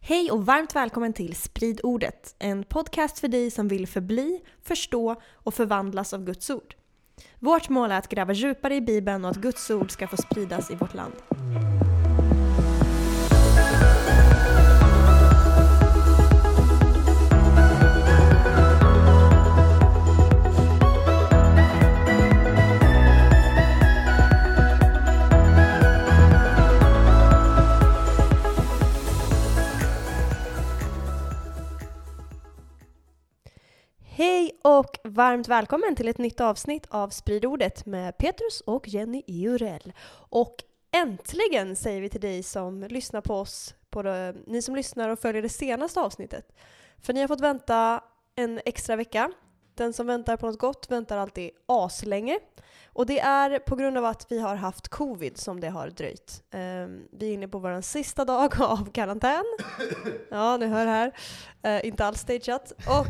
Hej och varmt välkommen till Sprid ordet, en podcast för dig som vill förbli, förstå och förvandlas av Guds ord. Vårt mål är att gräva djupare i Bibeln och att Guds ord ska få spridas i vårt land. Hej och varmt välkommen till ett nytt avsnitt av Sprid ordet med Petrus och Jenny Eurell. Och äntligen säger vi till dig som lyssnar på oss, ni som lyssnar och följer det senaste avsnittet. För ni har fått vänta en extra vecka. Den som väntar på något gott väntar alltid aslänge. Och det är på grund av att vi har haft covid som det har dröjt. Vi är inne på vår sista dag av karantän. Ja, ni hör här. Inte alls stageat. Och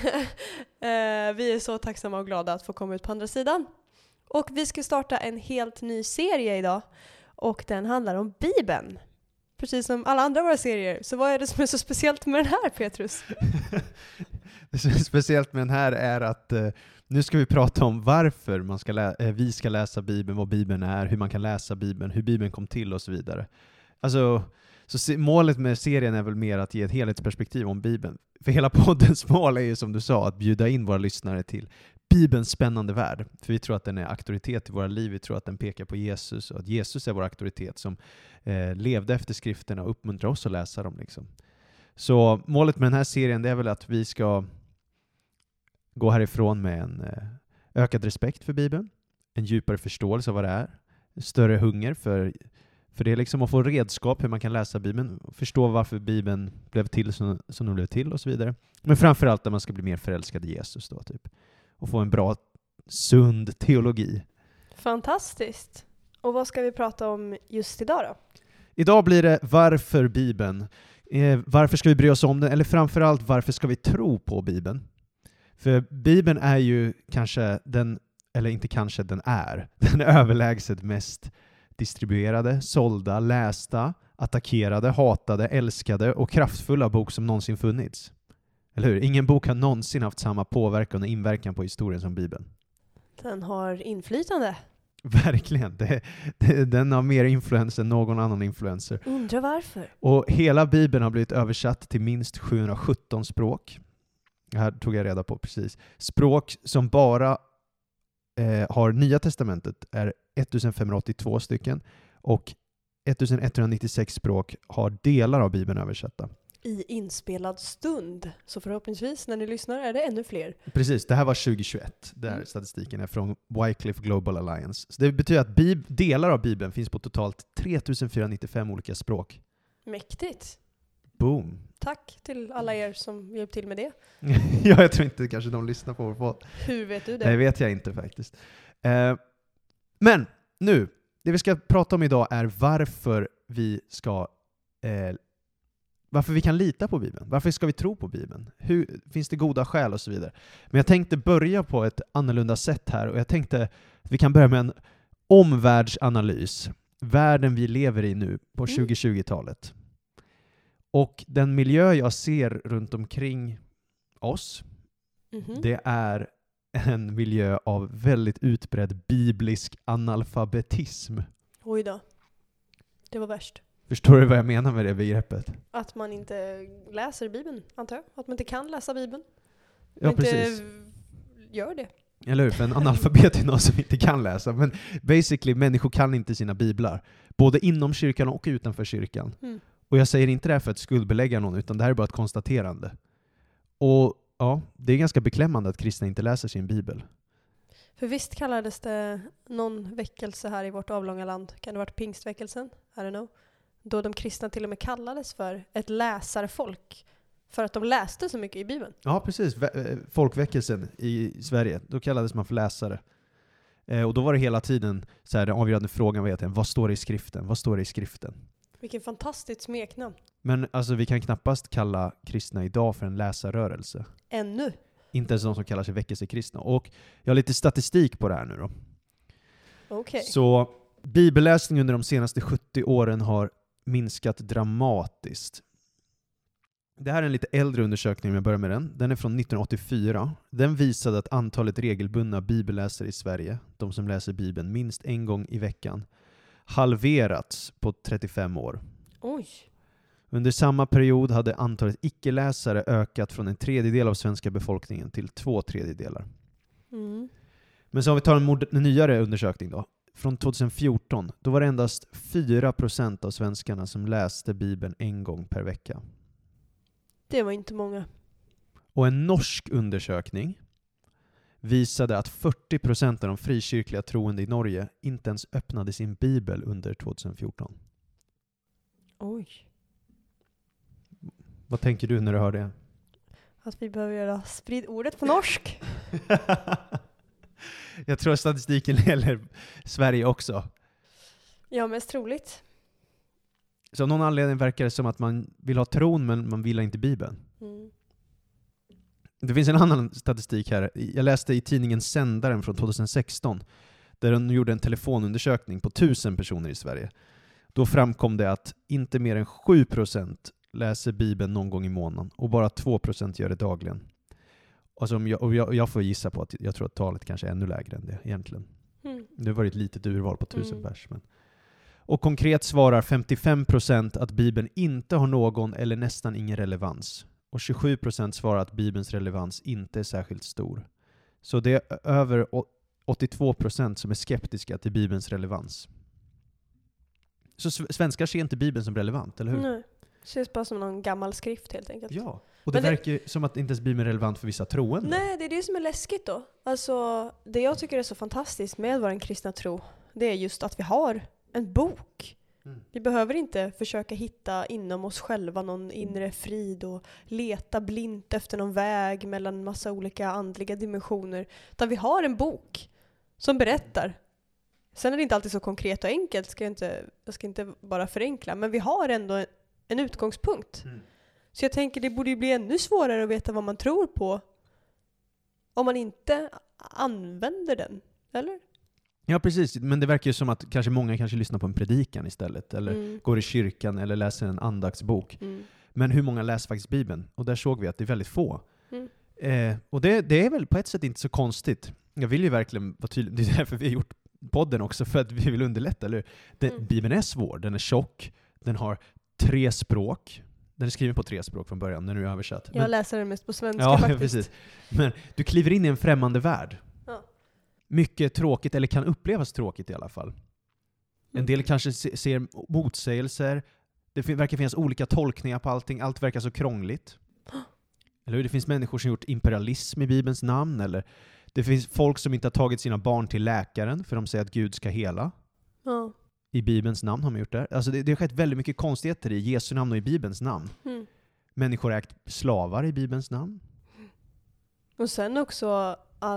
vi är så tacksamma och glada att få komma ut på andra sidan. Och vi ska starta en helt ny serie idag. Och den handlar om Bibeln. Precis som alla andra våra serier. Så vad är det som är så speciellt med den här, Petrus? Det som är speciellt med den här är att nu ska vi prata om varför vi ska läsa Bibeln, vad Bibeln är, hur man kan läsa Bibeln, hur Bibeln kom till och så vidare. Alltså, målet med serien är väl mer att ge ett helhetsperspektiv om Bibeln. För hela poddens mål är ju, som du sa, att bjuda in våra lyssnare till Bibelns spännande värld. För vi tror att den är auktoritet i våra liv, vi tror att den pekar på Jesus och att Jesus är vår auktoritet som levde efter skrifterna och uppmuntrar oss att läsa dem. Liksom. Så målet med den här serien det är väl att vi ska gå härifrån med en ökad respekt för Bibeln, en djupare förståelse av vad det är, en större hunger för det är liksom att få redskap hur man kan läsa Bibeln, förstå varför Bibeln blev till som den blev till och så vidare. Men framförallt att man ska bli mer förälskad i Jesus då, typ. Och få en bra, sund teologi. Fantastiskt. Och vad ska vi prata om just idag då? Idag blir det varför Bibeln. Varför ska vi bry oss om den? Eller framförallt varför ska vi tro på Bibeln? För Bibeln är ju den är överlägset mest distribuerade, sålda, lästa, attackerade, hatade, älskade och kraftfulla bok som någonsin funnits. Eller hur? Ingen bok har någonsin haft samma påverkan och inverkan på historien som Bibeln. Den har inflytande. Verkligen. Den har mer influens än någon annan influencer. Undrar varför. Och hela Bibeln har blivit översatt till minst 717 språk. Det här tog jag reda på precis. Språk som bara har Nya testamentet är 1582 stycken och 1196 språk har delar av Bibeln översatta. I inspelad stund. Så förhoppningsvis när ni lyssnar är det ännu fler. Precis, det här var 2021. Där statistiken är från Wycliffe Global Alliance. Så det betyder att delar av Bibeln finns på totalt 3495 olika språk. Mäktigt. Boom. Tack till alla er som hjälpt till med det. Ja, jag tror inte kanske de lyssnar på vår podd. Hur vet du det? Nej, vet jag inte faktiskt. Men nu, det vi ska prata om idag är varför vi kan lita på Bibeln. Varför ska vi tro på Bibeln? Finns det goda skäl och så vidare. Men jag tänkte börja på ett annorlunda sätt här. Och jag tänkte att vi kan börja med en omvärldsanalys. Världen vi lever i nu på 2020-talet. Och den miljö jag ser runt omkring oss, det är en miljö av väldigt utbredd biblisk analfabetism. Oj då. Det var värst. Förstår du vad jag menar med det begreppet? Att man inte läser Bibeln, antar jag. Att man inte kan läsa Bibeln. Ja, precis. Inte gör det. Eller hur? För en analfabet är någon som inte kan läsa. Men basically, människor kan inte sina biblar. Både inom kyrkan och utanför kyrkan. Och jag säger inte det här för att skuldbelägga någon, utan det här är bara ett konstaterande. Och ja, det är ganska beklämmande att kristna inte läser sin bibel. För visst kallades det någon väckelse här i vårt avlånga land. Kan det ha varit pingstväckelsen? I don't know. Då de kristna till och med kallades för ett läsarfolk. För att de läste så mycket i Bibeln. Ja, precis. Folkväckelsen i Sverige. Då kallades man för läsare. Och då var det hela tiden så här, den avgörande frågan var vad står det i skriften? Vad står det i skriften? Vilken fantastiskt smeknamn. Men alltså, vi kan knappast kalla kristna idag för en läsarrörelse. Ännu. Inte ens de som kallar sig väckelsekristna. Och jag har lite statistik på det här nu då. Okej. Så bibelläsning under de senaste 70 åren har minskat dramatiskt. Det här är en lite äldre undersökning, om jag börjar med den. Den är från 1984. Den visade att antalet regelbundna bibelläsare i Sverige, de som läser Bibeln minst en gång i veckan, halverats på 35 år. Oj. Under samma period hade antalet icke-läsare ökat från 1/3 av svenska befolkningen till 2/3. Mm. Men så om vi tar en nyare undersökning då. Från 2014, då var det endast 4% av svenskarna som läste Bibeln en gång per vecka. Det var inte många. Och en norsk undersökning visade att 40% av de frikyrkliga troende i Norge inte ens öppnade sin bibel under 2014. Oj. Vad tänker du när du hör det? Att vi behöver göra sprid ordet på norsk. Jag tror statistiken gäller Sverige också. Ja, mest troligt. Så av någon anledning verkar det som att man vill ha tron, men man vill inte Bibeln. Mm. Det finns en annan statistik här. Jag läste i tidningen Sändaren från 2016, där de gjorde en telefonundersökning på 1000 personer i Sverige. Då framkom det att inte mer än 7% läser Bibeln någon gång i månaden, och bara 2% gör det dagligen. Alltså jag får gissa på att jag tror att talet kanske är ännu lägre än det egentligen. Mm. Det var ett litet urval på 1000 pers. Men. Och konkret svarar 55% att Bibeln inte har någon eller nästan ingen relevans. Och 27% svarar att Bibelns relevans inte är särskilt stor. Så det är över 82% som är skeptiska till Bibelns relevans. Så svenskar ser inte Bibeln som relevant, eller hur? Nej. Det känns bara som någon gammal skrift helt enkelt. Ja, och det verkar som att inte ens Bibeln är relevant för vissa troende. Nej, det är det som är läskigt då. Alltså, det jag tycker är så fantastiskt med vår kristna tro, det är just att vi har en bok. Mm. Vi behöver inte försöka hitta inom oss själva någon inre frid och leta blint efter någon väg mellan en massa olika andliga dimensioner. Utan vi har en bok som berättar. Sen är det inte alltid så konkret och enkelt, jag ska inte bara förenkla, men vi har ändå en utgångspunkt. Mm. Så jag tänker det borde ju bli ännu svårare att veta vad man tror på om man inte använder den, eller? Ja, precis. Men det verkar ju som att många kanske lyssnar på en predikan istället, eller går i kyrkan eller läser en andaktsbok. Mm. Men hur många läser faktiskt Bibeln? Och där såg vi att det är väldigt få. Mm. Och det är väl på ett sätt inte så konstigt. Jag vill ju verkligen vara tydlig. Det är därför vi har gjort podden också, för att vi vill underlätta, eller hur? Bibeln är svår, den är tjock, den har 3 språk. Den är skriven på 3 språk från början, den är översatt. Jag läser den mest på svenska faktiskt. Ja, precis. Men du kliver in i en främmande värld. Ja. Mycket tråkigt, eller kan upplevas tråkigt i alla fall. En del kanske ser motsägelser. Det verkar finnas olika tolkningar på allting. Allt verkar så krångligt. Eller hur? Det finns människor som gjort imperialism i Bibelns namn. Eller det finns folk som inte har tagit sina barn till läkaren för de säger att Gud ska hela. Ja. I Bibelns namn har man gjort det. Alltså det har skett väldigt mycket konstigheter i Jesu namn och i Bibelns namn. Mm. Människor är slavar i Bibelns namn. Och sen också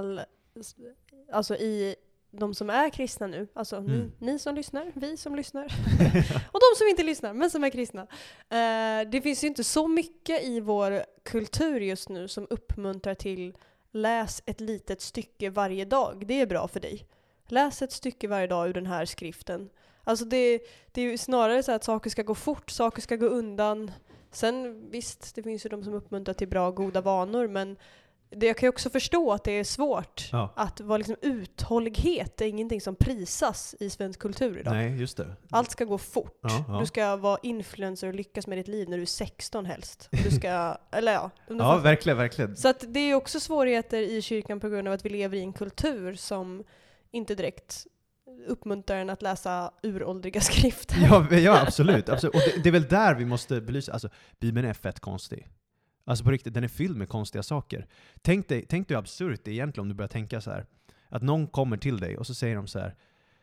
alltså i de som är kristna nu, alltså ni som lyssnar, vi som lyssnar och de som inte lyssnar men som är kristna. Det finns ju inte så mycket i vår kultur just nu som uppmuntrar till läs ett litet stycke varje dag. Det är bra för dig. Läs ett stycke varje dag ur den här skriften. Alltså det är ju snarare så att saker ska gå fort, saker ska gå undan. Sen visst, det finns ju de som uppmuntrar till bra, goda vanor, men jag kan ju också förstå att det är svårt att vara liksom uthållighet. Det är ingenting som prisas i svensk kultur idag. Nej, just det. Allt ska gå fort. Ja. Du ska vara influencer och lyckas med ditt liv när du är 16 helst. Du ska, ja, verkligen. Så att det är också svårigheter i kyrkan på grund av att vi lever i en kultur som inte direkt uppmuntrar en att läsa uråldriga skrifter. Ja, absolut. Och det är väl där vi måste belysa. Alltså, Bibeln är fett konstig. Alltså på riktigt, den är fylld med konstiga saker. Tänk dig hur absurt det är egentligen om du börjar tänka så här. Att någon kommer till dig och så säger de så här: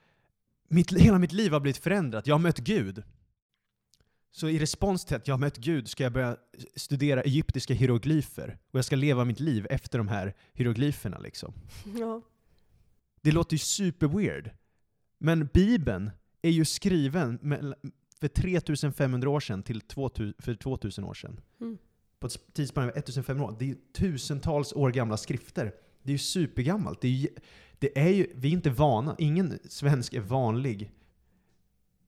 hela mitt liv har blivit förändrat, jag har mött Gud. Så i respons till att jag har mött Gud ska jag börja studera egyptiska hieroglyfer. Och jag ska leva mitt liv efter de här hieroglyferna liksom. Ja. Det låter ju super weird. Men Bibeln är ju skriven för 3500 år sedan till för 2000 år sedan. Mm. På ett tidsspann av 1500 år. Det är ju tusentals år gamla skrifter. Det är ju supergammalt. Det är ju, vi är inte vana. Ingen svensk är vanlig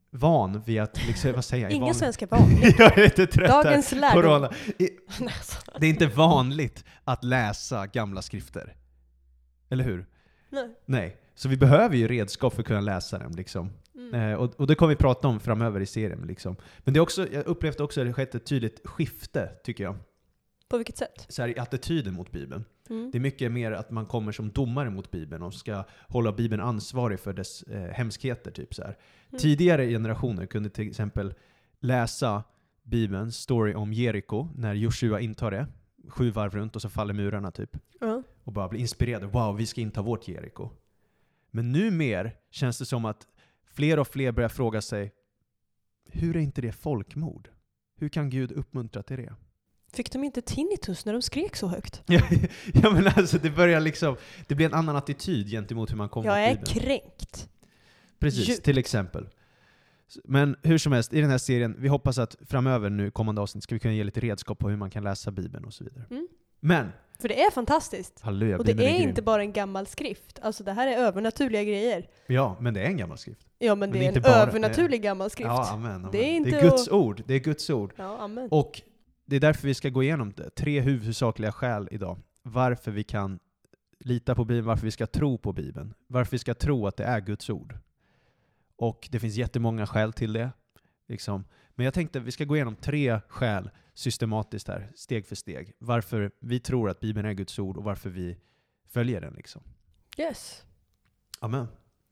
van vid att, liksom, vad säger jag? Ingen svensk är van. Jag är inte trött Dagens här. lärdom. Corona. Det är inte vanligt att läsa gamla skrifter. Eller hur? Nej. Så vi behöver ju redskap för att kunna läsa dem. Liksom. Och det kommer vi prata om framöver i serien. Liksom. Men det är också, jag upplevde också att det skett ett tydligt skifte, tycker jag. På vilket sätt? Så här, i attityden mot Bibeln. Det är mycket mer att man kommer som domare mot Bibeln och ska hålla Bibeln ansvarig för dess hemskheter. Typ så här. Tidigare generationer kunde till exempel läsa Bibelns story om Jeriko när Joshua intar det. 7 varv runt och så faller murarna typ. Och bara bli inspirerade. Wow, vi ska inta vårt Jeriko. Men nu mer känns det som att fler och fler börjar fråga sig, hur är inte det folkmord? Hur kan Gud uppmuntra till det? Fick de inte tinnitus när de skrek så högt? Ja, men alltså det börjar liksom, det blir en annan attityd gentemot hur man kommer Jag mot är Bibeln. kränkt. Precis, Djupt. till exempel. Men hur som helst, i den här serien, vi hoppas att framöver nu, kommande avsnitt, ska vi kunna ge lite redskap på hur man kan läsa Bibeln och så vidare. Men! För det är fantastiskt. Halleluja, och det Bibeln är grym. inte bara en gammal skrift. Alltså det här är övernaturliga grejer. Ja, men det är en gammal skrift. Ja, men det är inte en bara- övernaturlig gammal skrift. Ja, amen. Det är inte Guds ord. Det är Guds ord. Ja, amen. Och det är därför vi ska gå igenom 3 huvudsakliga skäl idag. Varför vi kan lita på Bibeln, varför vi ska tro på Bibeln. Varför vi ska tro att det är Guds ord. Och det finns jättemånga skäl till det. Liksom. Men jag tänkte att vi ska gå igenom 3 skäl systematiskt här, steg för steg. Varför vi tror att Bibeln är Guds ord och varför vi följer den. Liksom. Yes. Amen.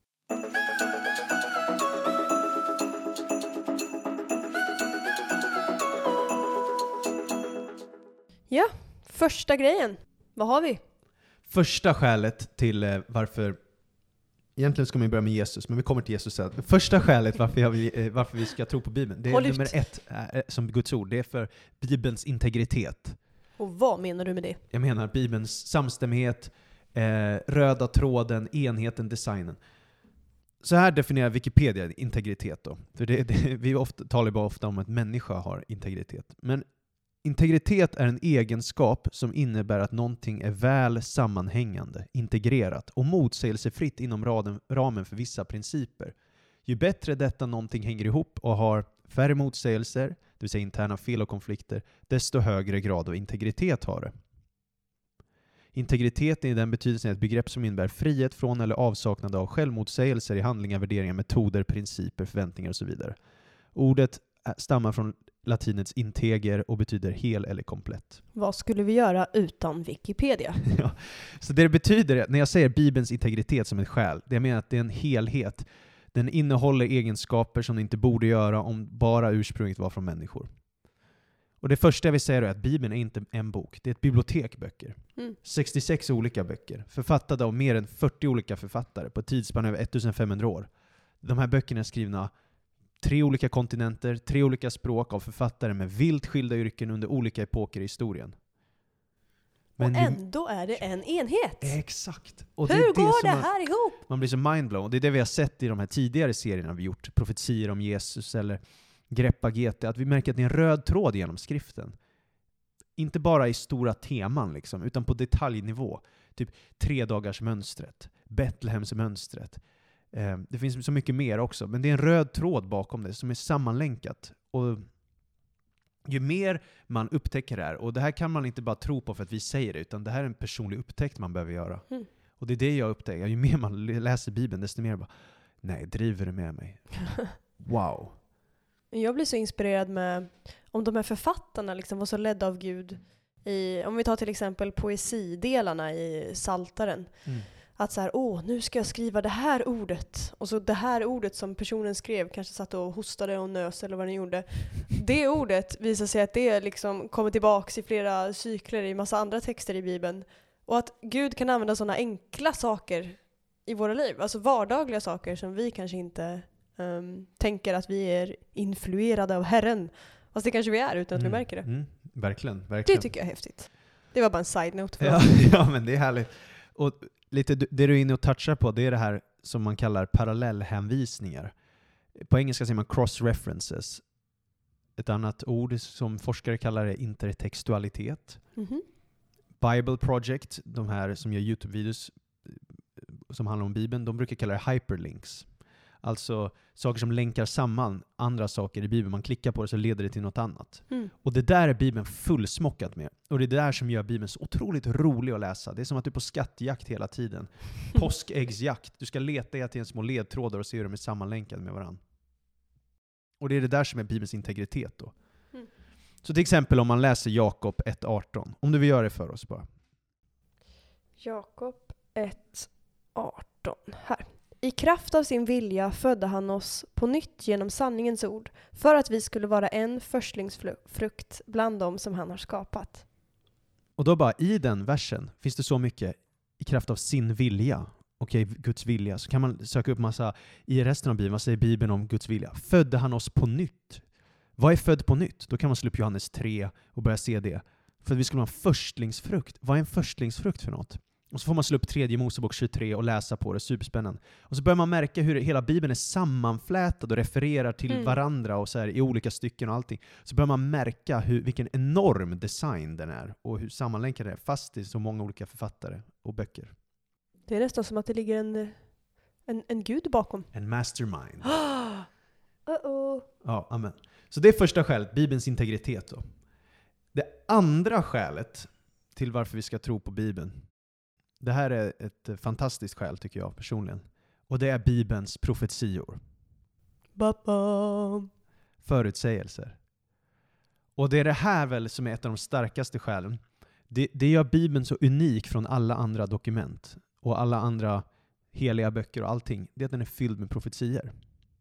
Ja, första grejen. Vad har vi? Första skälet till varför... Egentligen ska man börja med Jesus, men vi kommer till Jesus sen. Första skälet varför vi ska tro på Bibeln, det är nummer 1 som Guds ord. Det är för Bibelns integritet. Och vad menar du med det? Jag menar Bibelns samstämmighet, röda tråden, enheten, designen. Så här definierar Wikipedia integritet då. För vi talar bara ofta om att människa har integritet. Men integritet är en egenskap som innebär att någonting är väl sammanhängande, integrerat och motsägelsefritt inom ramen för vissa principer. Ju bättre detta någonting hänger ihop och har färre motsägelser, det vill säga interna fel och konflikter, desto högre grad av integritet har det. Integritet är i den betydelsen ett begrepp som innebär frihet från eller avsaknad av självmotsägelser i handlingar, värderingar, metoder, principer, förväntningar och så vidare. Ordet stammar från latinets integer och betyder hel eller komplett. Vad skulle vi göra utan Wikipedia? Ja. Så det betyder, när jag säger Bibelns integritet som ett skäl, det jag menar att det är en helhet. Den innehåller egenskaper som den inte borde göra om bara ursprunget var från människor. Och det första jag vill säga är att Bibeln är inte en bok, det är ett bibliotek böcker. 66 olika böcker, författade av mer än 40 olika författare på ett tidsspann över 1500 år. De här böckerna är skrivna 3 olika kontinenter, 3 olika språk av författare med vilt skilda yrken under olika epoker i historien. Men och ändå är det en enhet. Exakt. Och hur går det här ihop? Man blir så mindblown. Och det är det vi har sett i de här tidigare serierna vi gjort. Profetier om Jesus eller Greppa GT. Att vi märker att det är en röd tråd genom skriften. Inte bara i stora teman liksom, utan på detaljnivå. Typ 3-dagarsmönstret, Betlehemsmönstret. Det finns så mycket mer också. Men det är en röd tråd bakom det som är sammanlänkat. Och ju mer man upptäcker det här, och det här kan man inte bara tro på för att vi säger det, utan det här är en personlig upptäckt man behöver göra. Och det är det jag upptäcker. Ju mer man läser Bibeln, desto mer bara, nej, driver det med mig. Wow. Jag blir så inspirerad med om de här författarna liksom var så ledda av Gud. Om vi tar till exempel poesidelarna i Saltaren. Att så här, nu ska jag skriva det här ordet. Och så det här ordet som personen skrev kanske satt och hostade och nös eller vad den gjorde. Det ordet visar sig att det liksom kommer tillbaks i flera cykler i massa andra texter i Bibeln. Och att Gud kan använda sådana enkla saker i våra liv. Alltså vardagliga saker som vi kanske inte tänker att vi är influerade av Herren. Fast det kanske vi är utan att vi märker det. Verkligen. Det tycker jag är häftigt. Det var bara en side-note för ja, men det är härligt. Och lite det du är inne och touchar på, det är det här som man kallar parallellhänvisningar. På engelska säger man cross-references. Ett annat ord som forskare kallar det intertextualitet. Bible Project, de här som gör YouTube-videos som handlar om Bibeln, de brukar kalla det hyperlinks. Alltså saker som länkar samman andra saker i Bibeln. Man klickar på det så leder det till något annat. Och det där är Bibeln fullsmockat med. Och det är det där som gör Bibeln så otroligt rolig att läsa. Det är som att du är på skattjakt hela tiden. Påskäggsjakt. Du ska leta efter en små ledtrådar och se hur de är sammanlänkade med varandra. Och det är det där som är Bibelns integritet då. Så till exempel om man läser Jakob 1.18. Om du vill göra det för oss bara. Jakob 1.18. Här. I kraft av sin vilja födde han oss på nytt genom sanningens ord, för att vi skulle vara en förstlingsfrukt bland dem som han har skapat. Och då bara i den versen finns det så mycket i kraft av sin vilja. Okej, Guds vilja. Så kan man söka upp massa i resten av Bibeln. Vad säger Bibeln om Guds vilja? Födde han oss på nytt? Vad är född på nytt? Då kan man slå upp Johannes 3 och börja se det. För att vi skulle ha en förstlingsfrukt. Vad är en förstlingsfrukt för något? Och så får man slå upp 3 Mosebok 23 och läsa på det, superspännande. Och så börjar man märka hur hela Bibeln är sammanflätad och refererar till varandra och så här, i olika stycken och allting. Så börjar man märka vilken enorm design den är och hur sammanlänkad den är, fast det är så många olika författare och böcker. Det är nästan som att det ligger en gud bakom. En mastermind. Uh-oh. Ja, amen. Så det är första skälet, Bibelns integritet då. Det andra skälet till varför vi ska tro på Bibeln, det här är ett fantastiskt skäl tycker jag personligen. Och det är Bibelns profetior. Ba-bam. Förutsägelser. Och det är det här väl som är ett av de starkaste skälen. Det gör Bibeln så unik från alla andra dokument och alla andra heliga böcker och allting. Det är att den är fylld med profetier.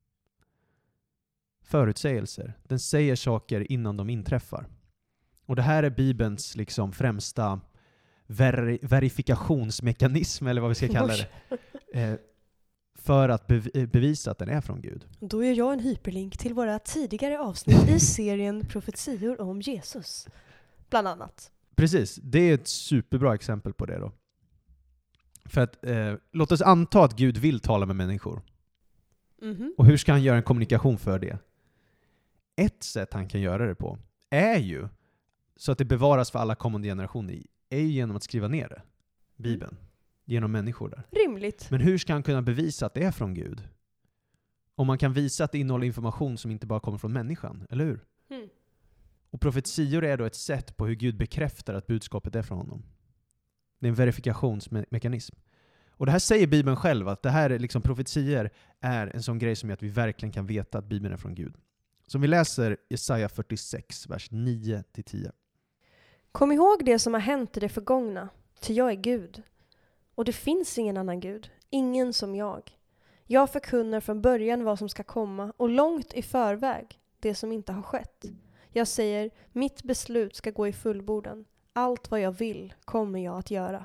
Förutsägelser. Den säger saker innan de inträffar. Och det här är Bibelns liksom främsta verifikationsmekanism, eller vad vi ska kalla det, för att bevisa att den är från Gud. Då gör jag en hyperlink till våra tidigare avsnitt i serien Profetior om Jesus, bland annat. Precis, det är ett superbra exempel på det då. För att låt oss anta att Gud vill tala med människor. Och hur ska han göra en kommunikation för det? Ett sätt han kan göra det på är ju så att det bevaras för alla kommande generationer är ju genom att skriva ner det. Bibeln. Genom människor där. Rimligt. Men hur ska han kunna bevisa att det är från Gud? Om man kan visa att det innehåller information som inte bara kommer från människan, eller hur? Och profetior är då ett sätt på hur Gud bekräftar att budskapet är från honom. Det är en verifikationsmekanism. Och det här säger Bibeln själv, att det här är liksom profetior är en sån grej som gör att vi verkligen kan veta att Bibeln är från Gud. Så vi läser Jesaja 46, vers 9-10. Kom ihåg det som har hänt i det förgångna, ty jag är Gud. Och det finns ingen annan Gud, ingen som jag. Jag förkunnar från början vad som ska komma och långt i förväg det som inte har skett. Jag säger, mitt beslut ska gå i fullbordan. Allt vad jag vill kommer jag att göra.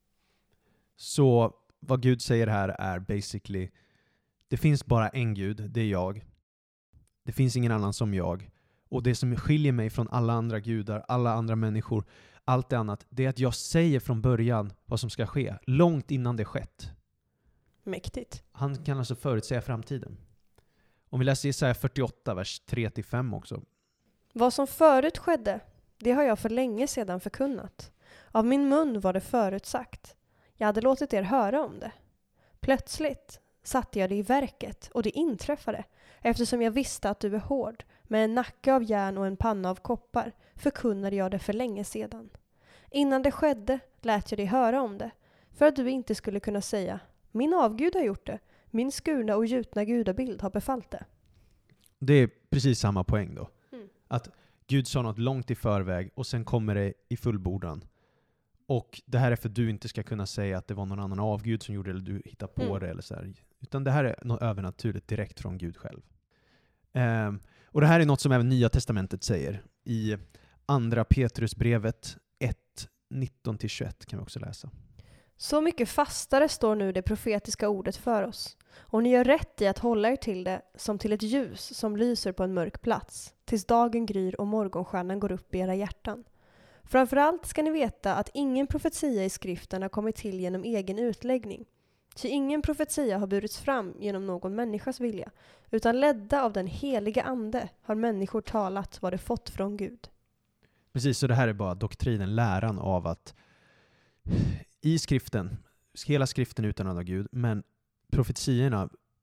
Så vad Gud säger här är basically, det finns bara en Gud, det är jag. Det finns ingen annan som jag. Och det som skiljer mig från alla andra gudar, alla andra människor, allt det annat, det är att jag säger från början vad som ska ske, långt innan det skett. Mäktigt. Han kan alltså förutsäga framtiden. Om vi läser Jesaja 48, vers 3-5 också. Vad som förut skedde, det har jag för länge sedan förkunnat. Av min mun var det förutsagt. Jag hade låtit er höra om det. Plötsligt satte jag det i verket och det inträffade, eftersom jag visste att du är hård. Med en nacke av järn och en panna av koppar förkunnade jag det för länge sedan. Innan det skedde lät jag dig höra om det, för att du inte skulle kunna säga, min avgud har gjort det, min skurna och gjutna gudabild har befallt det. Det är precis samma poäng då. Att Gud sa något långt i förväg och sen kommer det i fullbordan. Och det här är för att du inte ska kunna säga att det var någon annan avgud som gjorde det eller du hittar på det eller så här. Utan det här är något övernaturligt direkt från Gud själv. Och det här är något som även Nya Testamentet säger. I andra Petrusbrevet 1, 19-21 kan vi också läsa. Så mycket fastare står nu det profetiska ordet för oss. Och ni gör rätt i att hålla er till det som till ett ljus som lyser på en mörk plats, tills dagen gryr och morgonstjärnan går upp i era hjärtan. Framförallt ska ni veta att ingen profetia i skriften har kommit till genom egen utläggning. Ty ingen profetia har burits fram genom någon människas vilja, utan ledda av den heliga ande har människor talat vad de fått från Gud. Precis, så det här är bara doktrinen, läran av att i skriften, hela skriften utan av Gud, men profetiorna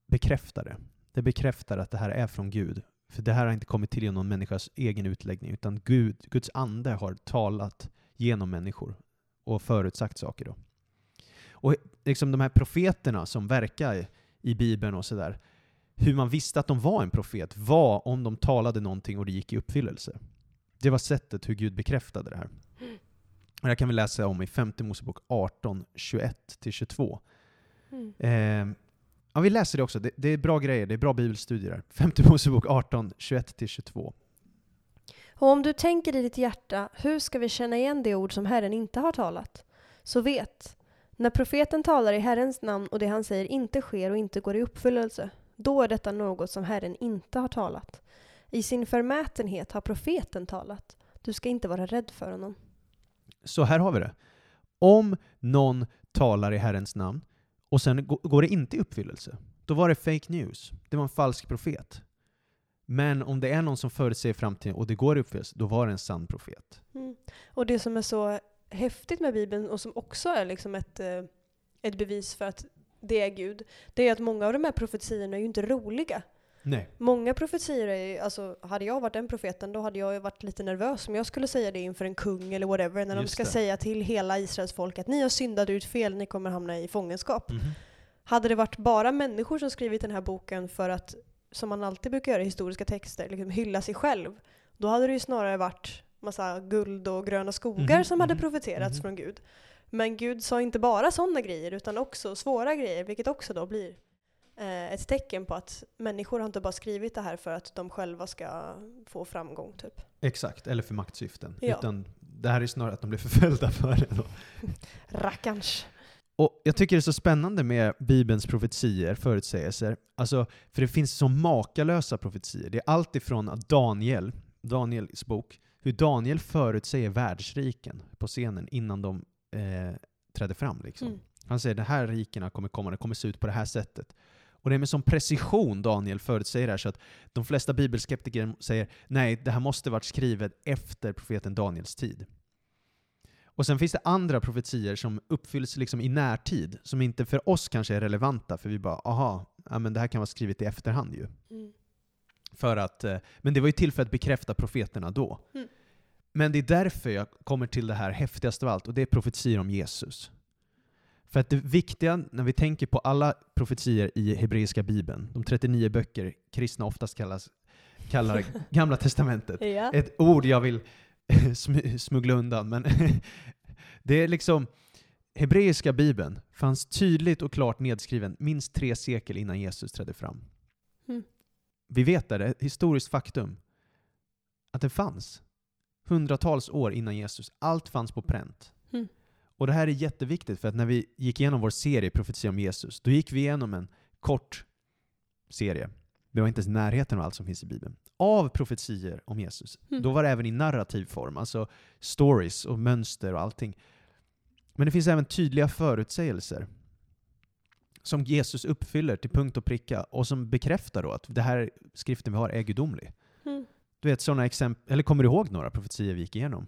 bekräftar det. Det bekräftar att det här är från Gud. För det här har inte kommit till genom någon människas egen utläggning, utan Guds ande har talat genom människor och förutsagt saker då. Och liksom de här profeterna som verkar i Bibeln och sådär, hur man visste att de var en profet var om de talade någonting och det gick i uppfyllelse. Det var sättet hur Gud bekräftade det här. Och det här kan vi läsa om i 5:e Mosebok 18, 21-22. Ja, vi läser det också. Det är bra grejer, det är bra bibelstudier här. 5:e Mosebok 18, 21-22. Och om du tänker i ditt hjärta, hur ska vi känna igen det ord som Herren inte har talat? Så vet, när profeten talar i Herrens namn och det han säger inte sker och inte går i uppfyllelse, då är detta något som Herren inte har talat. I sin förmätenhet har profeten talat. Du ska inte vara rädd för honom. Så här har vi det. Om någon talar i Herrens namn och sen går det inte i uppfyllelse, då var det fake news. Det var en falsk profet. Men om det är någon som förutsäger framtiden och det går i uppfyllelse, då var det en sann profet. Och det som är så häftigt med Bibeln och som också är liksom ett bevis för att det är Gud, det är att många av de här profetierna är ju inte roliga. Nej. Många profetier är, alltså hade jag varit den profeten, då hade jag ju varit lite nervös om jag skulle säga det inför en kung eller whatever, när de ska säga till hela Israels folk att ni har syndat ut fel, ni kommer hamna i fångenskap. Hade det varit bara människor som skrivit den här boken för att, som man alltid brukar göra i historiska texter, liksom hylla sig själv, då hade det ju snarare varit massa guld och gröna skogar som hade profeterats från Gud. Men Gud sa inte bara sådana grejer utan också svåra grejer, vilket också då blir ett tecken på att människor har inte bara skrivit det här för att de själva ska få framgång typ. Exakt, eller för maktsyften. Ja. Utan det här är snarare att de blir förföljda för det då. Rackarns. Och jag tycker det är så spännande med Bibelns profetier, förutsägelser. Alltså, för det finns så makalösa profetier. Det är allt ifrån Daniels bok, hur Daniel förutsäger världsriken på scenen innan de trädde fram. Liksom. Han säger, det här rikena kommer komma, det kommer se ut på det här sättet. Och det är med sån precision Daniel förutsäger det här, så att de flesta bibelskeptiker säger, nej, det här måste varit skrivet efter profeten Daniels tid. Och sen finns det andra profetier som uppfylls liksom i närtid, som inte för oss kanske är relevanta, för vi bara, men det här kan vara skrivet i efterhand ju. För att, men det var ju till för att bekräfta profeterna då. Men det är därför jag kommer till det här häftigaste av allt, och det är profetier om Jesus. För att det viktiga, när vi tänker på alla profetier i hebreiska bibeln, de 39 böcker kristna oftast kallar Gamla testamentet. Ja. Ett ord jag vill smuggla undan, men det är liksom, hebreiska bibeln fanns tydligt och klart nedskriven minst 3 sekel innan Jesus trädde fram. Vi vet det, ett historiskt faktum, att det fanns hundratals år innan Jesus. Allt fanns på pränt. Och det här är jätteviktigt, för att när vi gick igenom vår serie Profetia om Jesus, då gick vi igenom en kort serie. Det var inte ens närheten av allt som finns i Bibeln. Av profetier om Jesus. Då var det även i narrativ form, alltså stories och mönster och allting. Men det finns även tydliga förutsägelser som Jesus uppfyller till punkt och pricka, och som bekräftar då att det här skriften vi har är gudomlig. Du vet, sådana exempel, eller kommer du ihåg några profetier vi gick igenom?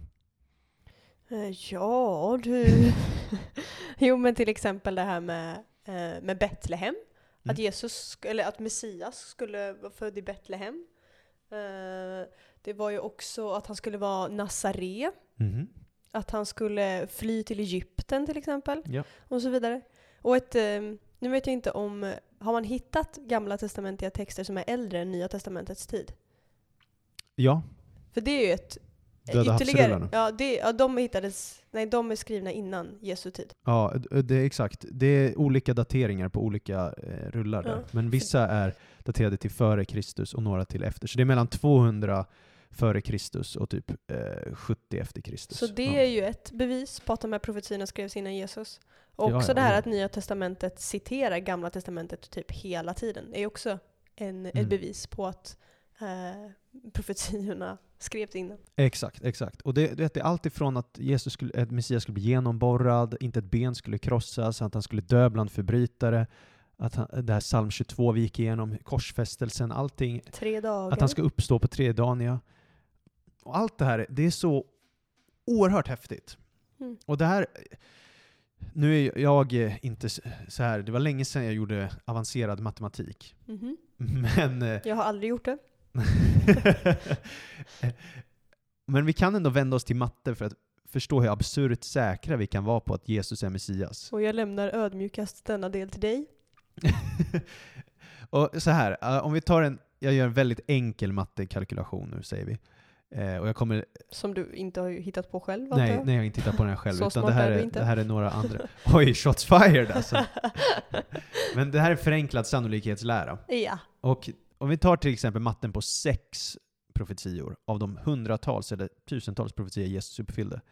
Ja, du. Jo, men till exempel det här med Betlehem. Att Jesus, eller att Messias skulle vara född i Betlehem. Det var ju också att han skulle vara Nazare. Att han skulle fly till Egypten till exempel. Ja. Och så vidare. Och nu vet jag inte om, har man hittat gamla testamentiga texter som är äldre än Nya testamentets tid? Ja. För det är ju ett Döda havsrullarna. De är skrivna innan Jesu tid. Ja, det är exakt. Det är olika dateringar på olika rullar där. Men vissa är daterade till före Kristus och några till efter. Så det är mellan 200 före Kristus och typ 70 efter Kristus. Så det är ju ett bevis på att de här profetierna skrevs innan Jesus. Och också det här att Nya testamentet citerar Gamla testamentet typ hela tiden. Det är också ett bevis på att profetierna skrevs innan. Exakt. Och det är allt ifrån att att Messias skulle bli genomborrad, inte ett ben skulle krossas, att han skulle dö bland förbrytare, det här psalm 22 vi gick igenom, korsfästelsen, allting. 3 dagar. Att han ska uppstå på 3 dagar. Och allt det här, det är så oerhört häftigt. Och det här, Nu är jag inte så här. Det var länge sedan jag gjorde avancerad matematik. Mhm. Men, Jag har aldrig gjort det. men vi kan ändå vända oss till matte för att förstå hur absurt säkra vi kan vara på att Jesus är Messias. Och jag lämnar ödmjukast denna del till dig. Och så här, om vi tar jag gör en väldigt enkel mattekalkulation nu, säger vi. Och jag kommer... Som du inte har hittat på själv, Nej, antar jag? jag har inte tittat på den här själv. Så Utan smart är du inte. det här är några andra. Oj, shots fired alltså. Men det här är förenklad sannolikhetslära. Ja. Och om vi tar till exempel matten på 6 profetior av de hundratals eller tusentals profetior Jesus uppfyllde.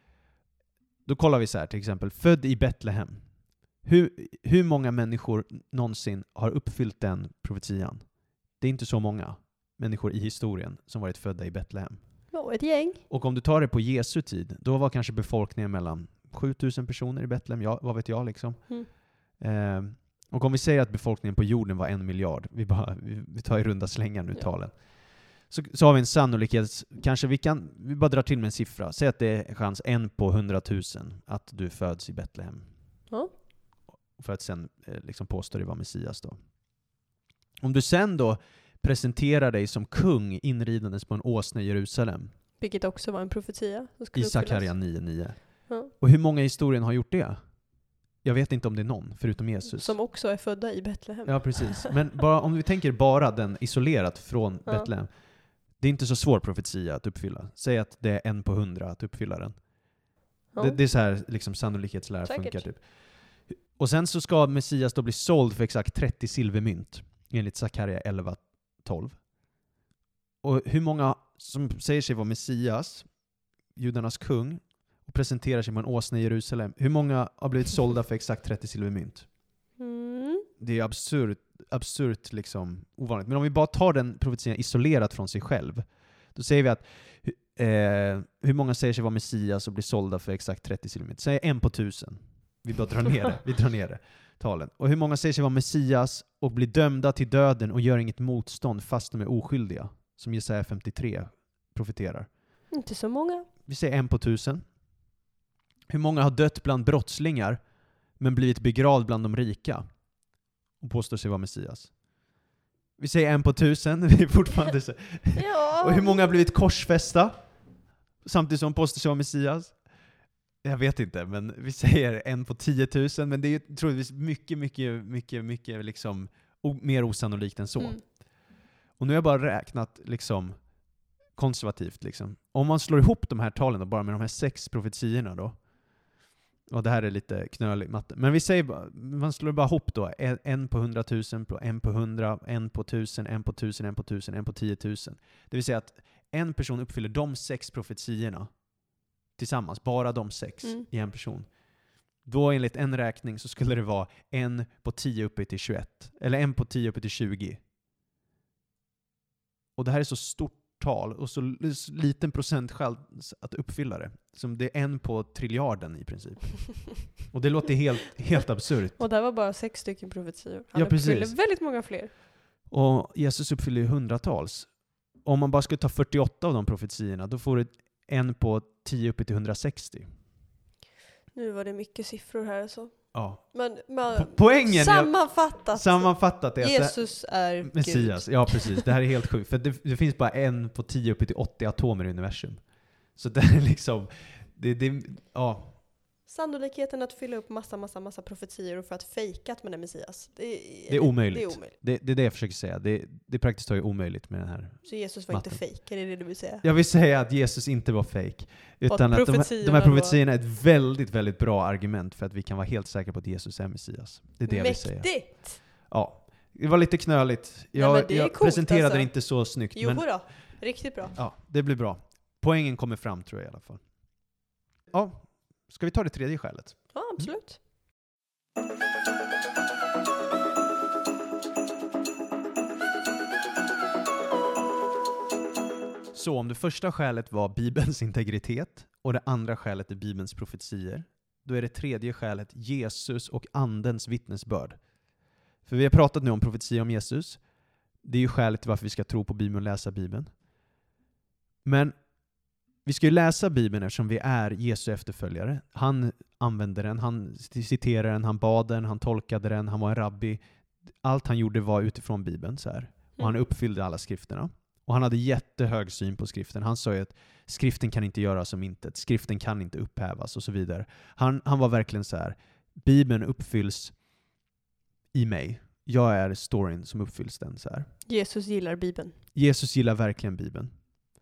Då kollar vi så här, till exempel, född i Betlehem. Hur många människor någonsin har uppfyllt den profetian? Det är inte så många människor i historien som varit födda i Betlehem. Ja, ett gäng. Och om du tar det på Jesu tid, då var kanske befolkningen mellan 7000 personer i Betlehem, ja, vad vet jag liksom. Och om vi säger att befolkningen på jorden var 1 miljard, vi tar i runda slängar nu talen. Så har vi en sannolikhet, kanske vi bara drar till med en siffra. Säg att det är chans 1 på 100 000 att du föds i Betlehem. Ja. För att sen liksom påstå dig vara Messias då. Om du sen då presenterar dig som kung inridandes på en åsna i Jerusalem. Vilket också var en profetia. I Sakarja 9:9. Ja. Och hur många i historien har gjort det? Jag vet inte om det är någon, förutom Jesus. Som också är födda i Betlehem. Ja, precis. Men om vi tänker bara den isolerat från Betlehem. Det är inte så svår profetia att uppfylla. Säg att det är 1 på 100 att uppfylla den. Ja. Det är så här liksom sannolikhetslära Säkert. funkar typ. Och sen så ska Messias då bli såld för exakt 30 silvermynt. Enligt Sakarja 11:12. Och hur många som säger sig vara Messias, judarnas kung, och presenterar sig med en åsna i Jerusalem. Hur många har blivit sålda för exakt 30 silvermynt? Det är absurt liksom ovanligt. Men om vi bara tar den profetian isolerat från sig själv, då säger vi att hur många säger sig vara Messias och blir sålda för exakt 30 silvermynt? Säg 1 på 1000. Vi bara drar ner det. Talen. Och hur många säger sig vara Messias och blir dömda till döden och gör inget motstånd fast de är oskyldiga? Som Jesaja 53 profeterar. Inte så många. Vi säger 1 på 1000. Hur många har dött bland brottslingar men blivit begravd bland de rika och påstår sig vara Messias? Vi säger 1 på 1000. Det är fortfarande så. Ja. Och hur många har blivit korsfästa samtidigt som påstår sig vara Messias? Jag vet inte, men vi säger 1 på 10 000, men det är ju troligtvis mycket liksom mer osannolikt än så. Och nu har jag bara räknat liksom konservativt liksom. Om man slår ihop de här talen då, bara med de här 6 profetiorna då. Och det här är lite knölig matte. Men vi säger man slår bara ihop då 1 på 100 000, 1 på 100, 1 på 1000, 1 på 1000, 1 på 1000, 1 på 10 000. Det vill säga att en person uppfyller de 6 profetiorna tillsammans, bara de 6 i en person. Då enligt en räkning så skulle det vara 1 på 10 uppe till 21. Eller 1 på 10 uppe till 20. Och det här är så stort tal och så liten procentchans att uppfylla det. Som det är 1 på triljarden i princip. Och det låter helt absurt. Och det var bara 6 stycken profetior. Han Ja, precis. uppfyller väldigt många fler. Och Jesus uppfyller ju hundratals. Om man bara skulle ta 48 av de profetiorna, då får du 1 på 10 uppe till 160. Nu var det mycket siffror här så. Ja. Men Poängen sammanfattat är att Jesus är Messias. Gud. Ja, precis. Det här är helt sjukt. För det finns bara 1 på 10 uppe till 80 atomer i universum. Så det är liksom... ja. Sannolikheten att fylla upp massa profetior för att fejka att man är Messias. Det är omöjligt. Det är det jag försöker säga. Det är praktiskt taget omöjligt med den här. Så Jesus var matten. inte fejk, är det du vill säga? Jag vill säga att Jesus inte var fake. Utan att de här profetiorna är ett väldigt, väldigt bra argument för att vi kan vara helt säkra på att Jesus är Messias. Det är det jag vill säga. Mäktigt! Ja. Det var lite knöligt. Jag coolt, presenterade alltså. det inte så snyggt. Jo men, då, riktigt bra. Ja, det blir bra. Poängen kommer fram tror jag i alla fall. Ja, ska vi ta det tredje skälet? Ja, absolut. Så om det första skälet var Bibelns integritet och det andra skälet är Bibelns profetier, då är det tredje skälet Jesus och andens vittnesbörd. För vi har pratat nu om profetier om Jesus. Det är ju skälet till varför vi ska tro på Bibeln och läsa Bibeln. Men vi ska ju läsa Bibeln eftersom vi är Jesu efterföljare. Han använde den, han citerade den, han bad den, han tolkade den, han var en rabbi. Allt han gjorde var utifrån Bibeln så här. Och han uppfyllde alla skrifterna. Och han hade jättehög syn på skriften. Han sa ju att skriften kan inte göras som intet. Skriften kan inte upphävas och så vidare. Han var verkligen så här. Bibeln uppfylls i mig. Jag är storyn som uppfylls den så här. Jesus gillar Bibeln. Jesus gillar verkligen Bibeln.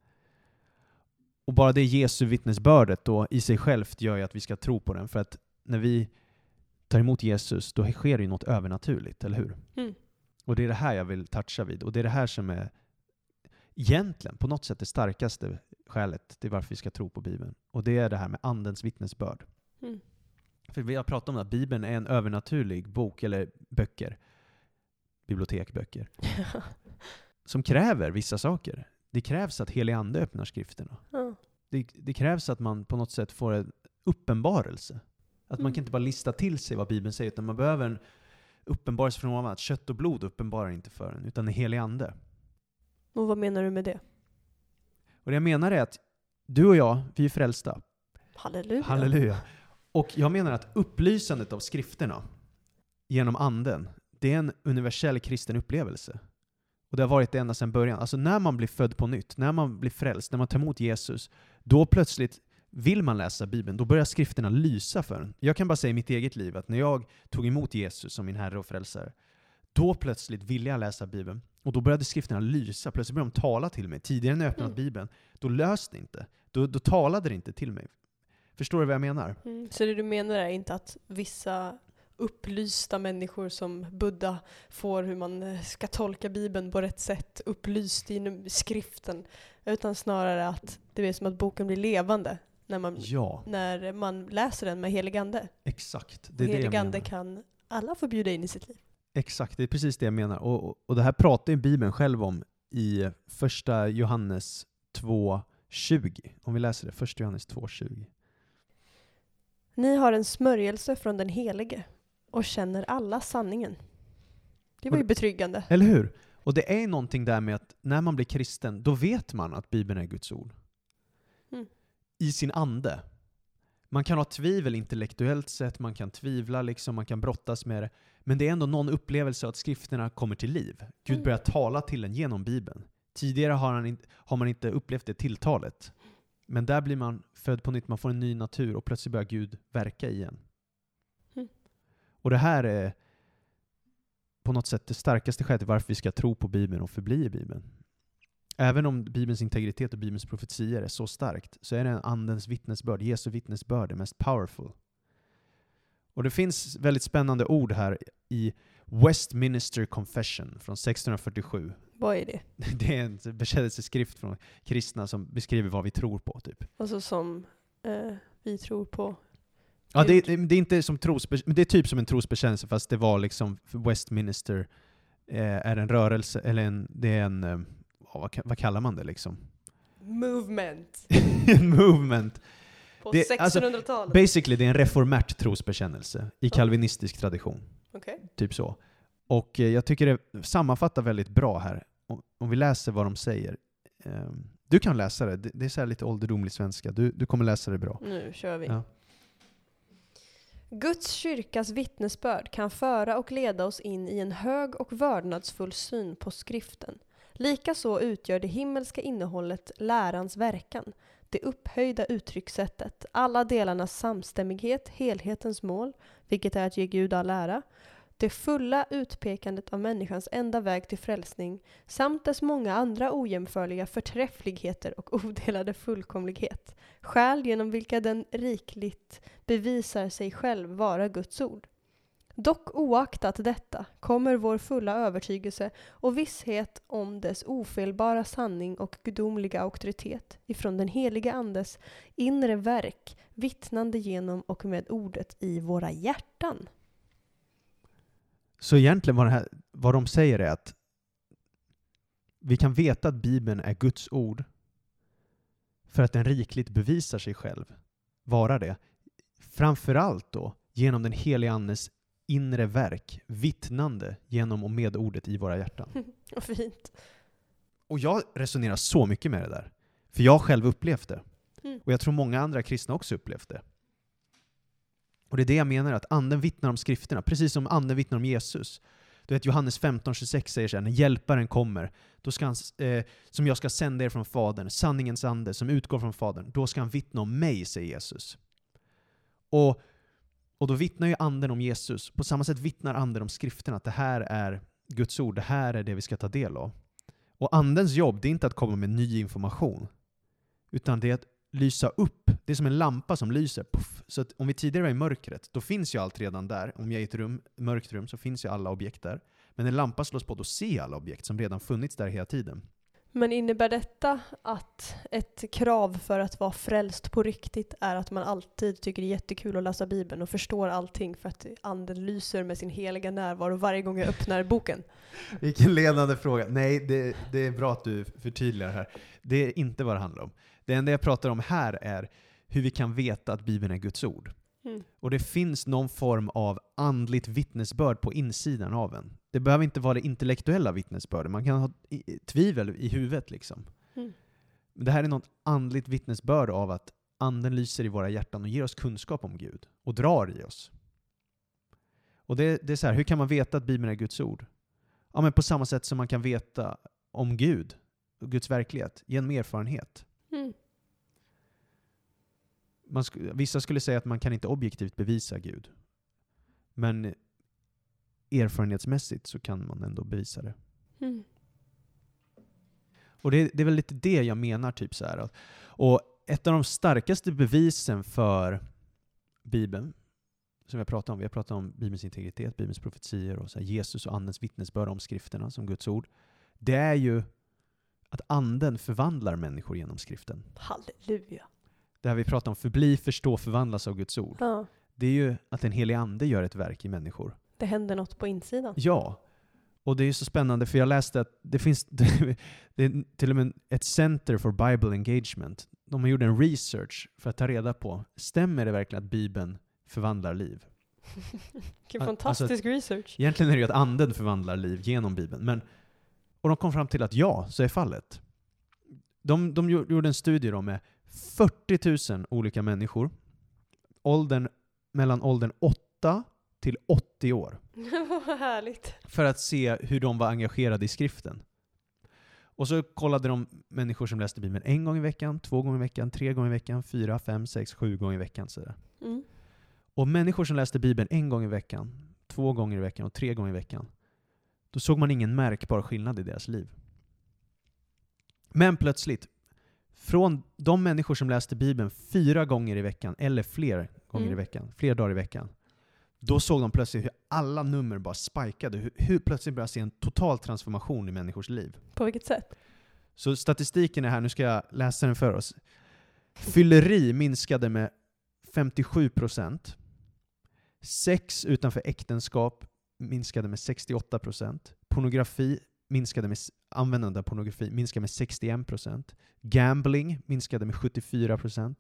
Och bara det Jesu vittnesbördet då i sig självt gör ju att vi ska tro på den. För att när vi tar emot Jesus, då sker det ju något övernaturligt, eller hur? Mm. Och det är det här jag vill toucha vid. Och det är det här som är egentligen på något sätt det starkaste skälet till varför vi ska tro på Bibeln. Och det är det här med andens vittnesbörd. Mm. För vi har pratat om att Bibeln är en övernaturlig bok, eller böcker, bibliotekböcker, som kräver vissa saker. Det krävs att helig ande öppnar skrifterna. Ja. Det krävs att man på något sätt får en uppenbarelse. Att man kan inte bara lista till sig vad Bibeln säger, utan man behöver en uppenbarelse från att kött och blod uppenbarar inte för en, utan en helig ande. Och vad menar du med det? Och det jag menar är att du och jag, vi är frälsta. Halleluja. Halleluja. Och jag menar att upplysandet av skrifterna genom anden, det är en universell kristen upplevelse. Och det har varit det ända sedan början. Alltså när man blir född på nytt, när man blir frälst, när man tar emot Jesus, då plötsligt vill man läsa Bibeln. Då börjar skrifterna lysa för en. Jag kan bara säga i mitt eget liv att när jag tog emot Jesus som min Herre och frälsare, då plötsligt ville jag läsa Bibeln. Och då började skrifterna lysa. Plötsligt började de tala till mig. Tidigare när jag öppnat Bibeln, då löste det inte. Då talade det inte till mig. Förstår du vad jag menar? Så det du menar är inte att vissa upplysta människor som Buddha får hur man ska tolka Bibeln på rätt sätt upplyst i skriften, utan snarare att det är som att boken blir levande när man läser den med helig ande. Exakt. Det är helig ande kan alla få bjuda in i sitt liv. Exakt, det är precis det jag menar. Och det här pratar ju Bibeln själv om i första Johannes 2:20. Om vi läser det, första Johannes 2:20. Ni har en smörjelse från den helige och känner alla sanningen. Det var ju betryggande. Eller hur? Och det är någonting där med att när man blir kristen, då vet man att Bibeln är Guds ord. I sin ande. Man kan ha tvivel intellektuellt sett, man kan tvivla, man kan brottas med det. Men det är ändå någon upplevelse att skrifterna kommer till liv. Gud börjar tala till en genom Bibeln. Tidigare har man inte upplevt det tilltalet. Men där blir man född på nytt, man får en ny natur och plötsligt börjar Gud verka igen. Och det här är på något sätt det starkaste skälet till varför vi ska tro på Bibeln och förbli i Bibeln. Även om Bibelns integritet och Bibelns profetier är så starkt, så är det andens vittnesbörd, Jesu vittnesbörd, det mest powerful. Och det finns väldigt spännande ord här i Westminster Confession från 1647. Vad är det? Det är en bekännelseskrift från kristna som beskriver vad vi tror på, typ. Alltså som vi tror på. Ja, det är inte som det är typ som en trosbekännelse, fast det var Westminster är en rörelse, eller det är en vad kallar man det Movement. En movement. På 1600-talet. Alltså, basically, det är en reformärt trosbekännelse i kalvinistisk tradition. Okay. Typ så. Och jag tycker det sammanfattar väldigt bra här. Om vi läser vad de säger. Du kan läsa det. Det är så här lite ålderdomlig svenska. Du kommer läsa det bra. Nu kör vi. Ja. Guds kyrkas vittnesbörd kan föra och leda oss in i en hög och vördnadsfull syn på skriften. Likaså utgör det himmelska innehållet lärans verkan, det upphöjda uttryckssättet, alla delarnas samstämmighet, helhetens mål, vilket är att ge Gud all ära, det fulla utpekandet av människans enda väg till frälsning, samt dess många andra ojämförliga förträffligheter och odelade fullkomlighet, skäl genom vilka den rikligt bevisar sig själv vara Guds ord. Dock oaktat detta kommer vår fulla övertygelse och visshet om dess ofelbara sanning och gudomliga auktoritet ifrån den heliga andes inre verk, vittnande genom och med ordet i våra hjärtan. Så egentligen vad de säger är att vi kan veta att Bibeln är Guds ord för att den rikligt bevisar sig själv vara det. Framförallt då genom den heliga andes inre verk, vittnande genom och med ordet i våra hjärtan. Vad fint. Och jag resonerar så mycket med det där. För jag har själv upplevt det. Och jag tror många andra kristna också upplevt det. Och det är det jag menar, att anden vittnar om skrifterna, precis som anden vittnar om Jesus. Du vet, Johannes 15:26 säger så här: när hjälparen kommer, då ska han, som jag ska sända er från Fadern, sanningens ande som utgår från Fadern, då ska han vittna om mig, säger Jesus. Och då vittnar ju anden om Jesus. På samma sätt vittnar anden om skrifterna, att det här är Guds ord, det här är det vi ska ta del av. Och andens jobb, det är inte att komma med ny information, utan det är att lysa upp. Det är som en lampa som lyser. Puff. Så att om vi tidigare var i mörkret, då finns ju allt redan där. Om jag är i ett mörkt rum så finns ju alla objekt där. Men när lampan slås på, då ser alla objekt som redan funnits där hela tiden. Men innebär detta att ett krav för att vara frälst på riktigt är att man alltid tycker det är jättekul att läsa Bibeln och förstår allting för att anden lyser med sin heliga närvaro varje gång jag öppnar boken? Vilken ledande fråga. Nej, det är bra att du förtydligar här. Det är inte vad det handlar om. Det enda jag pratar om här är hur vi kan veta att Bibeln är Guds ord. Och det finns någon form av andligt vittnesbörd på insidan av en. Det behöver inte vara det intellektuella vittnesbördet. Man kan ha tvivel i huvudet liksom. Men det här är något andligt vittnesbörd av att anden lyser i våra hjärtan och ger oss kunskap om Gud och drar i oss. Och det är så här, hur kan man veta att Bibeln är Guds ord? Ja, men på samma sätt som man kan veta om Gud och Guds verklighet genom erfarenhet. Vissa skulle säga att man kan inte objektivt bevisa Gud. Men erfarenhetsmässigt så kan man ändå bevisa det. Och det är väl lite det jag menar, typ så här. Och ett av de starkaste bevisen för Bibeln, som vi har pratat om Bibelns integritet, Bibelns profetier och så här, Jesus och andens vittnesbörd om skrifterna som Guds ord. Det är ju att anden förvandlar människor genom skriften. Halleluja. Det här vi pratar om, förbli, förstå, förvandlas av Guds ord. Ja. Det är ju att en helig ande gör ett verk i människor. Det händer något på insidan. Ja. Och det är så spännande, för jag läste att det finns det är till och med ett Center for Bible Engagement. De har gjort en research för att ta reda på, stämmer det verkligen att Bibeln förvandlar liv? Vilken fantastisk research. Egentligen är det ju att anden förvandlar liv genom Bibeln. Och de kom fram till att ja, så är fallet. De gjorde en studie då med 40 000 olika människor. Mellan åldern 8 till 80 år. Vad härligt. För att se hur de var engagerade i skriften. Och så kollade de människor som läste Bibeln 1 gång i veckan, 2 gånger i veckan, 3 gånger i veckan, 4, 5, 6, 7 gånger i veckan. Så Och människor som läste Bibeln 1 gång i veckan, 2 gånger i veckan och 3 gånger i veckan, då såg man ingen märkbar skillnad i deras liv. Men plötsligt, från de människor som läste Bibeln 4 gånger i veckan eller fler gånger i veckan, fler dagar i veckan, då såg de plötsligt hur alla nummer bara spikade. Hur plötsligt började se en total transformation i människors liv. På vilket sätt? Så statistiken är här, nu ska jag läsa den för oss. Fylleri minskade med 57%. Sex utanför äktenskap minskade med 68%. Pornografi minskade med användande av pornografi minskade med 61%. Gambling minskade med 74%.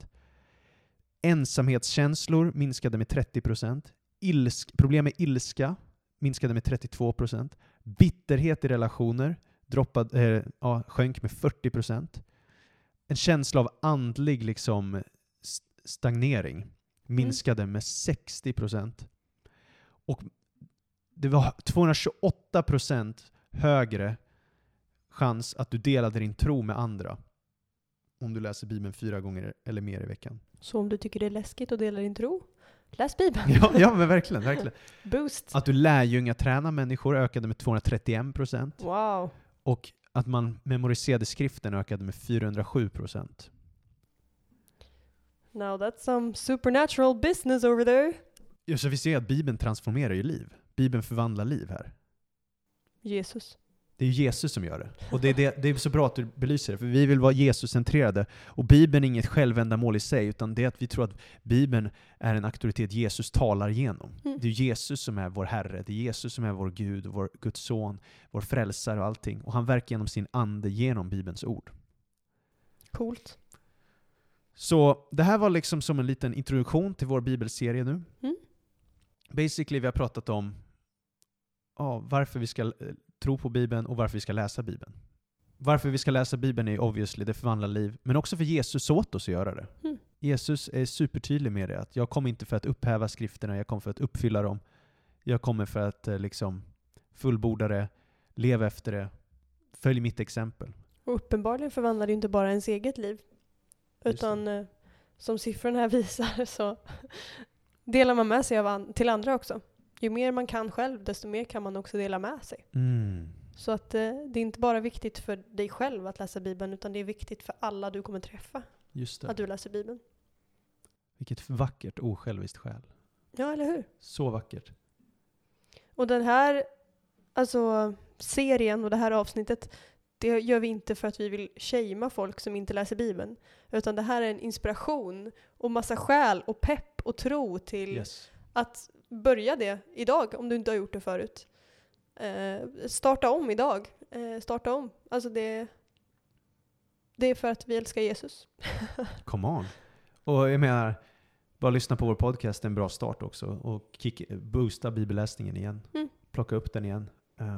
Ensamhetskänslor minskade med 30%. Problem med ilska minskade med 32%. Bitterhet i relationer sjönk med 40%. En känsla av andlig liksom stagnering minskade med 60%. Och det var 228% högre chans att du delade din tro med andra om du läser Bibeln 4 gånger eller mer i veckan. Så om du tycker det är läskigt att dela din tro, läs Bibeln. Ja, men verkligen. Boost. Att du lärjungar tränar människor ökade med 231%. Wow. Och att man memoriserade skriften ökade med 407%. Now that's some supernatural business over there. Ja, så vi ser att Bibeln transformerar ju liv. Bibeln förvandlar liv här. Jesus. Det är ju Jesus som gör det. Och det är så bra att du belyser det. För vi vill vara Jesus-centrerade. Och Bibeln är inget självändamål i sig. Utan det är att vi tror att Bibeln är en auktoritet Jesus talar genom. Det är Jesus som är vår Herre. Det är Jesus som är vår Gud, vår Guds son, vår frälsare och allting. Och han verkar genom sin ande genom Bibelns ord. Coolt. Så det här var liksom som en liten introduktion till vår bibelserie nu. Basically vi har pratat om varför vi ska tro på Bibeln och varför vi ska läsa Bibeln. varför vi ska läsa Bibeln är obviously, det förvandlar liv. Men också för Jesus åt oss att göra det. Mm. Jesus är supertydlig med det. Att jag kommer inte för att upphäva skrifterna, jag kommer för att uppfylla dem. Jag kommer för att liksom fullborda det, leva efter det. Följ mitt exempel. Och uppenbarligen förvandlar det inte bara ens eget liv. Utan som siffrorna här visar så delar man med sig till andra också. Ju mer man kan själv, desto mer kan man också dela med sig. Mm. Så att det är inte bara viktigt för dig själv att läsa Bibeln, utan det är viktigt för alla du kommer träffa. Just det. Att du läser Bibeln. Vilket vackert, osjälviskt själ. Ja, eller hur? Så vackert. Och den här serien och det här avsnittet, det gör vi inte för att vi vill shamea folk som inte läser Bibeln. Utan det här är en inspiration och massa själ och pepp och tro till att börja det idag om du inte har gjort det förut. Starta om idag. Starta om. Alltså det är för att vi älskar Jesus. Come on. Och jag menar, bara lyssna på vår podcast är en bra start också. Och boosta bibelläsningen igen. Mm. Plocka upp den igen.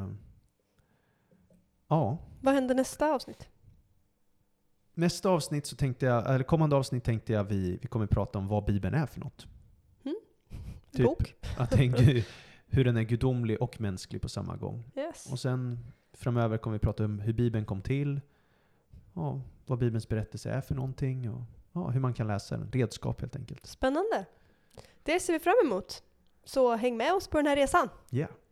Ja. Vad händer nästa avsnitt? Nästa avsnitt så tänkte jag, eller kommande avsnitt tänkte jag vi kommer prata om vad Bibeln är för något. Typ Bok. att hur den är gudomlig och mänsklig på samma gång. Yes. Och sen framöver kommer vi prata om hur Bibeln kom till. Ja, vad Bibelns berättelse är för någonting. Och hur man kan läsa den. Redskap helt enkelt. Spännande. Det ser vi fram emot. Så häng med oss på den här resan. Ja. Yeah.